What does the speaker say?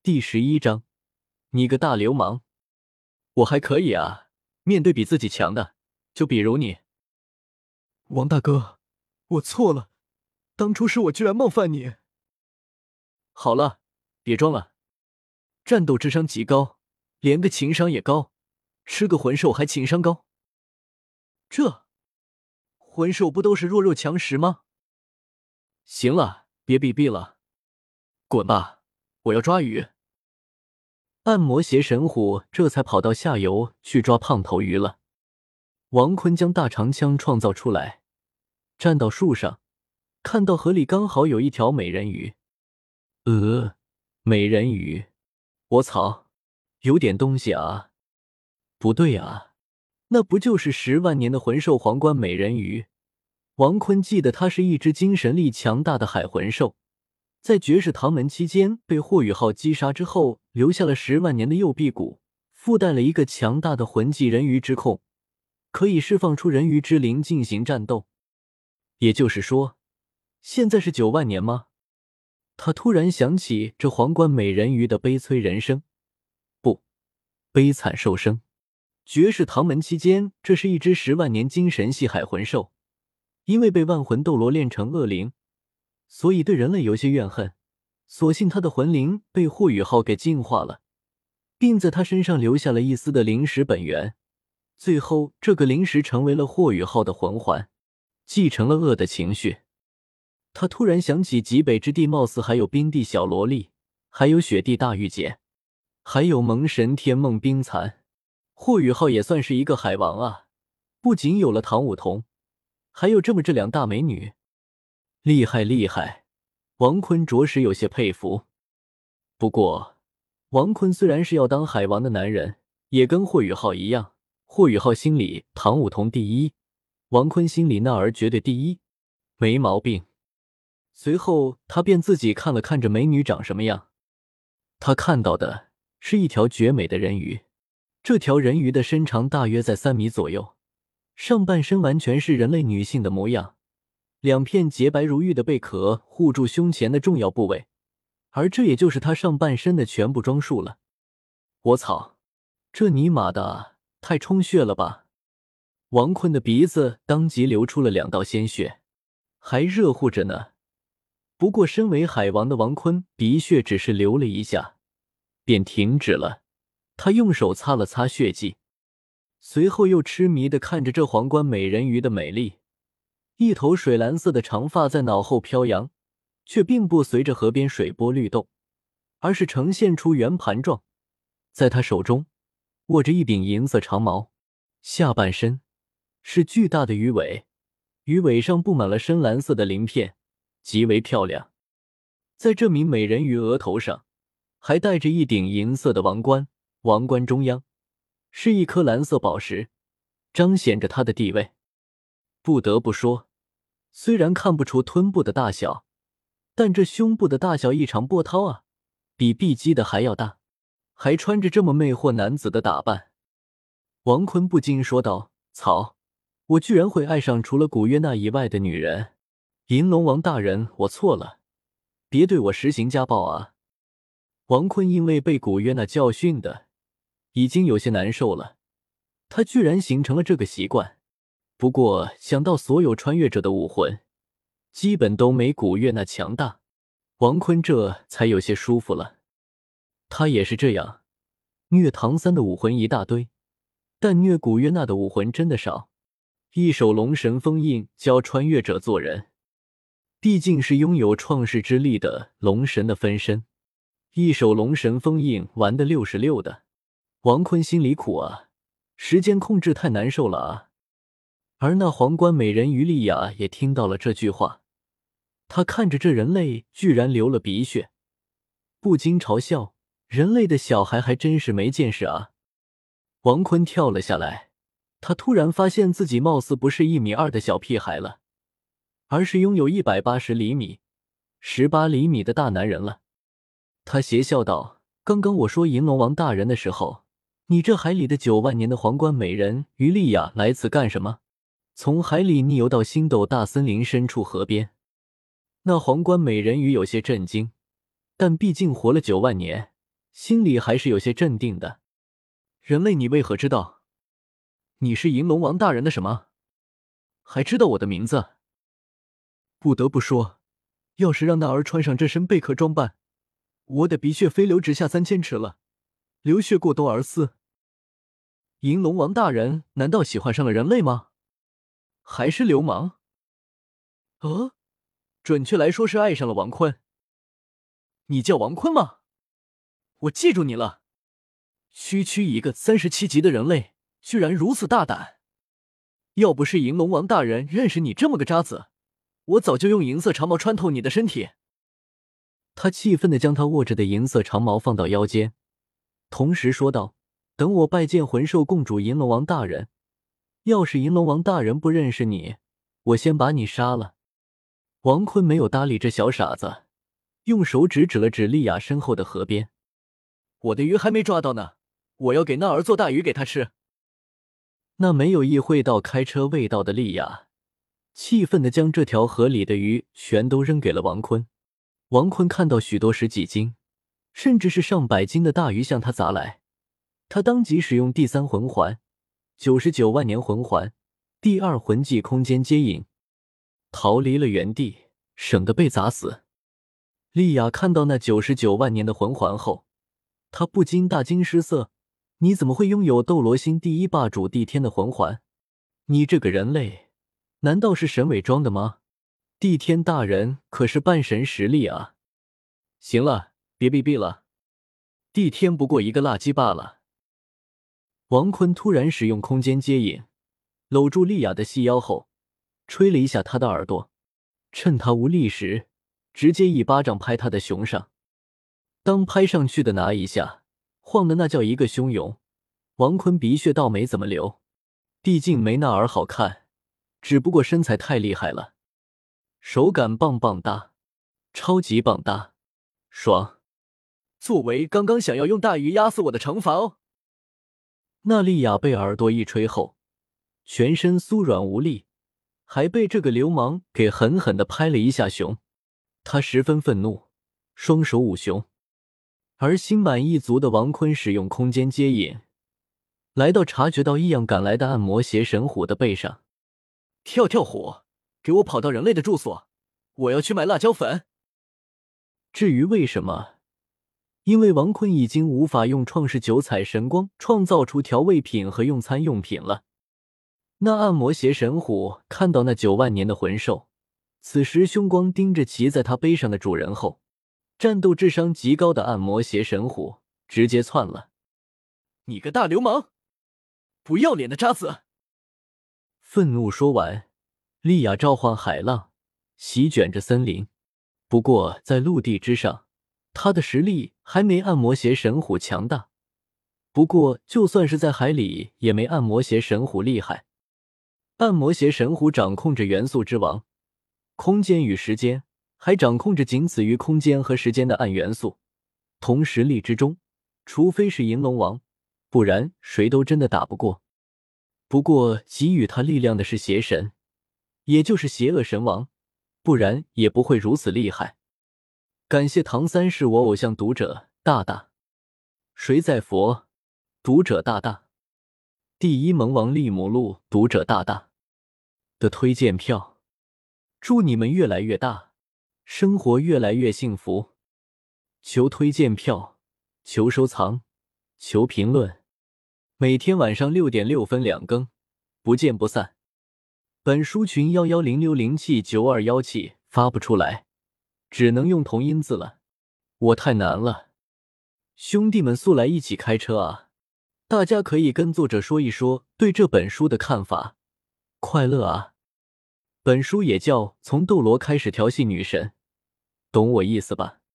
第11章，你个大流氓！我还可以啊，面对比自己强的，就比如你。 王大哥，我错了，当初是我居然冒犯你。 好了，别装了，战斗智商极高，连个情商也高，吃个魂兽还情商高？这魂兽不都是弱肉强食吗？行了，别逼逼了，滚吧，我要抓鱼。暗魔邪神虎这才跑到下游去抓胖头鱼了。王坤将大长枪创造出来，站到树上，看到河里刚好有一条美人鱼。美人鱼，我操，有点东西啊！不对啊，那不就是10万年的魂兽皇冠美人鱼？王坤记得它是一只精神力强大的海魂兽，在绝世唐门期间被霍雨浩击杀之后，留下了10万年的右臂骨，附带了一个强大的魂技人鱼之控，可以释放出人鱼之灵进行战斗。也就是说，现在是9万年吗？他突然想起这皇冠美人鱼的悲催人生，不，悲惨兽生。绝世唐门期间，这是一只10万年精神系海魂兽，因为被万魂斗罗炼成恶灵，所以对人类有些怨恨，所幸他的魂灵被霍雨浩给净化了，并在他身上留下了一丝的灵石本源，最后这个灵石成为了霍雨浩的魂环，继承了恶的情绪。他突然想起极北之地貌似还有冰帝小萝莉，还有雪地大御姐，还有萌神天梦冰蚕。霍雨浩也算是一个海王啊，不仅有了唐舞桐，还有这2大美女，厉害厉害！王坤着实有些佩服。不过王坤虽然是要当海王的男人，也跟霍雨浩一样，霍雨浩心里唐舞桐第一，王坤心里那儿绝对第一，没毛病。随后他便自己看了看这美女长什么样，他看到的是一条绝美的人鱼。这条人鱼的身长大约在3米左右，上半身完全是人类女性的模样，2片洁白如玉的贝壳护住胸前的重要部位，而这也就是她上半身的全部装束了。我操，这尼玛的太充血了吧！王坤的鼻子当即流出了2道鲜血，还热乎着呢。不过身为海王的王坤鼻血只是流了一下便停止了，他用手擦了擦血迹，随后又痴迷地看着这皇冠美人鱼的美丽，一头水蓝色的长发在脑后飘扬，却并不随着河边水波律动，而是呈现出圆盘状，在他手中握着一柄银色长矛，下半身是巨大的鱼尾，鱼尾上布满了深蓝色的鳞片，极为漂亮。在这名美人鱼额头上还戴着一顶银色的王冠，王冠中央是一颗蓝色宝石，彰显着她的地位。不得不说，虽然看不出臀部的大小，但这胸部的大小异常波涛啊，比碧姬的还要大，还穿着这么魅惑男子的打扮。王坤不禁说道：操，我居然会爱上除了古月娜以外的女人。银龙王大人，我错了，别对我实行家暴啊！王坤因为被古月娜教训的已经有些难受了，他居然形成了这个习惯。不过想到所有穿越者的武魂基本都没古月娜强大，王坤这才有些舒服了。他也是这样，虐唐三的武魂一大堆，但虐古月娜的武魂真的少。一手龙神封印教穿越者做人，毕竟是拥有创世之力的龙神的分身，一手龙神封印玩得66的。王坤心里苦啊，时间控制太难受了啊。而那皇冠美人鱼莉亚也听到了这句话，她看着这人类居然流了鼻血，不禁嘲笑，人类的小孩还真是没见识啊。王坤跳了下来，他突然发现自己貌似不是1.2米的小屁孩了，而是拥有180厘米、18厘米的大男人了。他邪笑道：刚刚我说银龙王大人的时候，你这海里的9万年的皇冠美人鱼莉亚来此干什么？从海里逆游到星斗大森林深处河边。那皇冠美人鱼有些震惊，但毕竟活了9万年， 心里还是有些镇定的。人类，你为何知道？你是银龙王大人的什么？还知道我的名字？ 不得不说，要是让那儿穿上这身贝壳装扮，我得鼻血飞流直下3000尺了，流血过多而死。 银龙王大人难道喜欢上了人类吗？还是流氓？准确来说是爱上了王坤。你叫王坤吗？我记住你了。区区一个37级的人类，居然如此大胆！要不是银龙王大人认识你这么个渣子，我早就用银色长矛穿透你的身体。他气愤地将他握着的银色长矛放到腰间，同时说道：等我拜见魂兽共主银龙王大人，要是银龙王大人不认识你，我先把你杀了。王坤没有搭理这小傻子，用手指指了指莉亚身后的河边。我的鱼还没抓到呢，我要给那儿做大鱼给他吃。那没有意会到开车未到的莉亚，气愤地将这条河里的鱼全都扔给了王坤。王坤看到许多10几斤，甚至是上百斤的大鱼向他砸来，他当即使用第3魂环99万年魂环第2魂技空间接引，逃离了原地，省得被砸死。莉亚看到那99万年的魂环后，她不禁大惊失色，你怎么会拥有斗罗星第1霸主帝天的魂环？你这个人类，难道是神伪装的吗？帝天大人可是半神实力啊！行了，别逼逼了，帝天不过一个垃圾罢了。王坤突然使用空间接引，搂住莉亚的细腰后，吹了一下她的耳朵，趁她无力时，直接一巴掌拍她的胸上。当拍上去的那一下，晃的那叫一个汹涌，王坤鼻血倒没怎么流，毕竟没那儿好看，只不过身材太厉害了。手感棒棒哒，超级棒哒，爽！作为刚刚想要用大鱼压死我的惩罚哦。那莉亚被耳朵一吹后，全身酥软无力，还被这个流氓给狠狠地拍了一下胸，她十分愤怒，双手捂胸。而心满意足的王坤使用空间接引，来到察觉到异样赶来的暗魔邪神虎的背上，跳跳虎，给我跑到人类的住所，我要去买辣椒粉。至于为什么，因为王坤已经无法用创世9彩神光创造出调味品和用餐用品了。那暗魔邪神虎看到那9万年的魂兽，此时凶光盯着骑在他背上的主人后，战斗智商极高的暗魔邪神虎直接窜了。你个大流氓，不要脸的渣子！愤怒说完，莉亚召唤海浪，席卷着森林。不过在陆地之上，他的实力还没暗魔邪神虎强大。不过就算是在海里，也没暗魔邪神虎厉害。暗魔邪神虎掌控着元素之王，空间与时间，还掌控着仅此于空间和时间的暗元素。同实力之中，除非是银龙王，不然谁都真的打不过。不过给予他力量的是邪神，也就是邪恶神王，不然也不会如此厉害。感谢唐三是我偶像读者大大，谁在佛读者大大，第一萌王利姆路读者大大的推荐票。祝你们越来越大，生活越来越幸福。求推荐票，求收藏，求评论。每天晚上6点6分2更，不见不散。本书群1100679217发不出来，只能用同音字了，我太难了。兄弟们速来一起开车啊！大家可以跟作者说一说对这本书的看法。快乐啊！本书也叫从斗罗开始调戏女神，懂我意思吧？